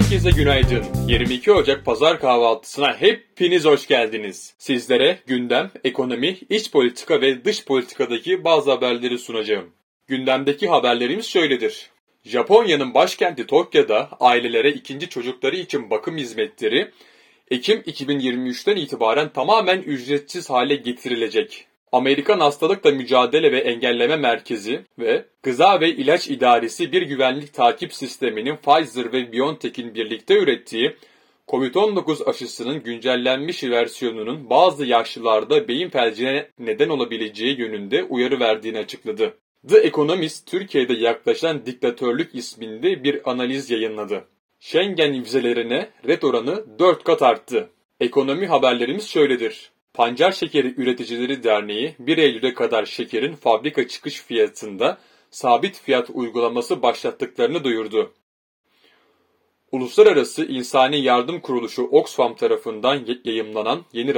Herkese günaydın. 22 Ocak Pazar kahvaltısına hepiniz hoş geldiniz. Sizlere gündem, ekonomi, iç politika ve dış politikadaki bazı haberleri sunacağım. Gündemdeki haberlerimiz şöyledir. Japonya'nın başkenti Tokyo'da ailelere ikinci çocukları için bakım hizmetleri Ekim 2023'ten itibaren tamamen ücretsiz hale getirilecek. Amerikan Hastalıkla Mücadele ve Engelleme Merkezi ve Gıda ve İlaç İdaresi bir güvenlik takip sisteminin Pfizer ve BioNTech'in birlikte ürettiği COVID-19 aşısının güncellenmiş versiyonunun bazı yaşlılarda beyin felcine neden olabileceği yönünde uyarı verdiğini açıkladı. The Economist, Türkiye'de yaklaşan diktatörlük isminde bir analiz yayınladı. Schengen vizelerine ret oranı 4 kat arttı. Ekonomi haberlerimiz şöyledir. Pancar Şekeri Üreticileri Derneği 1 Eylül'e kadar şekerin fabrika çıkış fiyatında sabit fiyat uygulaması başlattıklarını duyurdu. Uluslararası İnsani Yardım Kuruluşu Oxfam tarafından yayımlanan yeni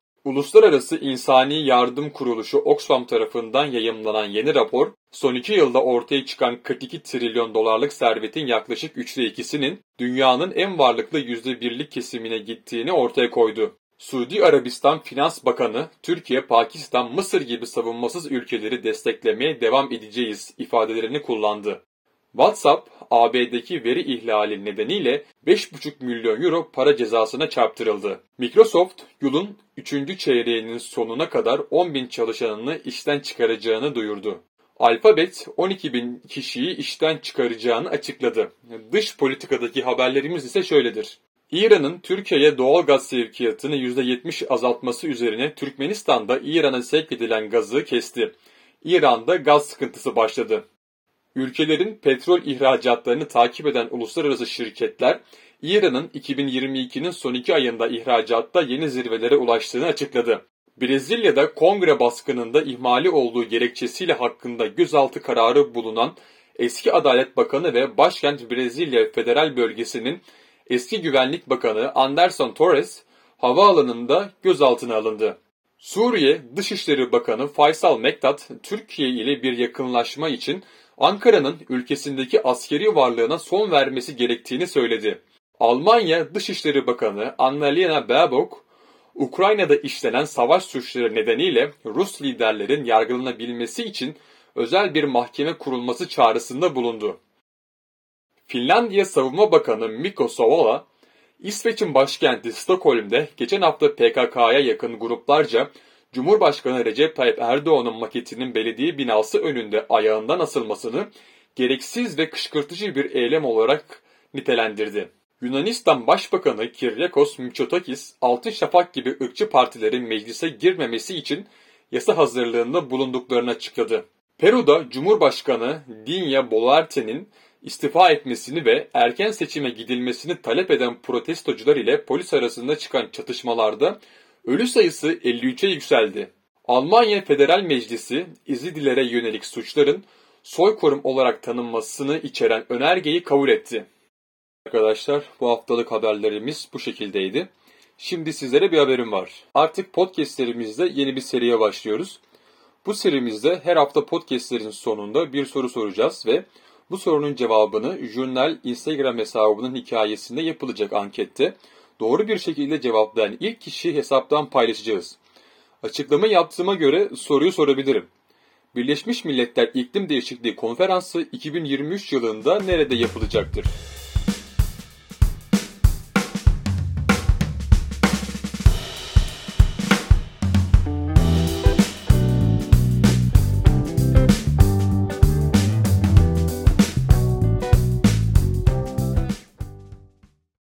rapor, son 2 yılda ortaya çıkan 42 trilyon dolarlık servetin yaklaşık 2/3'inin dünyanın en varlıklı %1'lik kesimine gittiğini ortaya koydu. Suudi Arabistan Finans Bakanı, Türkiye, Pakistan, Mısır gibi savunmasız ülkeleri desteklemeye devam edeceğiz ifadelerini kullandı. WhatsApp, AB'deki veri ihlali nedeniyle 5,5 milyon euro para cezasına çarptırıldı. Microsoft, yılın 3. çeyreğinin sonuna kadar 10.000 çalışanını işten çıkaracağını duyurdu. Alphabet, 12.000 kişiyi işten çıkaracağını açıkladı. Dış politikadaki haberlerimiz ise şöyledir. İran'ın Türkiye'ye doğal gaz sevkiyatını %70 azaltması üzerine Türkmenistan'da İran'a sevk edilen gazı kesti. İran'da gaz sıkıntısı başladı. Ülkelerin petrol ihracatlarını takip eden uluslararası şirketler, İran'ın 2022'nin son 2 ayında ihracatta yeni zirvelere ulaştığını açıkladı. Brezilya'da kongre baskınında ihmali olduğu gerekçesiyle hakkında gözaltı kararı bulunan eski Adalet Bakanı ve başkent Brezilya Federal Bölgesi'nin eski Güvenlik Bakanı Anderson Torres, havaalanında gözaltına alındı. Suriye Dışişleri Bakanı Faysal Mektat, Türkiye ile bir yakınlaşma için Ankara'nın ülkesindeki askeri varlığına son vermesi gerektiğini söyledi. Almanya Dışişleri Bakanı Annalena Baerbock, Ukrayna'da işlenen savaş suçları nedeniyle Rus liderlerin yargılanabilmesi için özel bir mahkeme kurulması çağrısında bulundu. Finlandiya Savunma Bakanı Mikko Savola, İsveç'in başkenti Stockholm'de geçen hafta PKK'ya yakın gruplarca Cumhurbaşkanı Recep Tayyip Erdoğan'ın maketinin belediye binası önünde ayağından asılmasını gereksiz ve kışkırtıcı bir eylem olarak nitelendirdi. Yunanistan Başbakanı Kyriakos Mitsotakis, Altın Şafak gibi ırkçı partilerin meclise girmemesi için yasa hazırlığında bulunduklarını açıkladı. Peru'da Cumhurbaşkanı Dina Boluarte'nin istifa etmesini ve erken seçime gidilmesini talep eden protestocular ile polis arasında çıkan çatışmalarda ölü sayısı 53'e yükseldi. Almanya Federal Meclisi, İzidilere yönelik suçların soykırım olarak tanınmasını içeren önergeyi kabul etti. Arkadaşlar, bu haftalık haberlerimiz bu şekildeydi. Şimdi sizlere bir haberim var. Artık podcastlerimizde yeni bir seriye başlıyoruz. Bu serimizde her hafta podcastlerin sonunda bir soru soracağız ve bu sorunun cevabını Jurnal Instagram hesabının hikayesinde yapılacak ankette doğru bir şekilde cevaplayan ilk kişiyi hesaptan paylaşacağız. Açıklama yaptığıma göre soruyu sorabilirim. Birleşmiş Milletler İklim Değişikliği Konferansı 2023 yılında nerede yapılacaktır?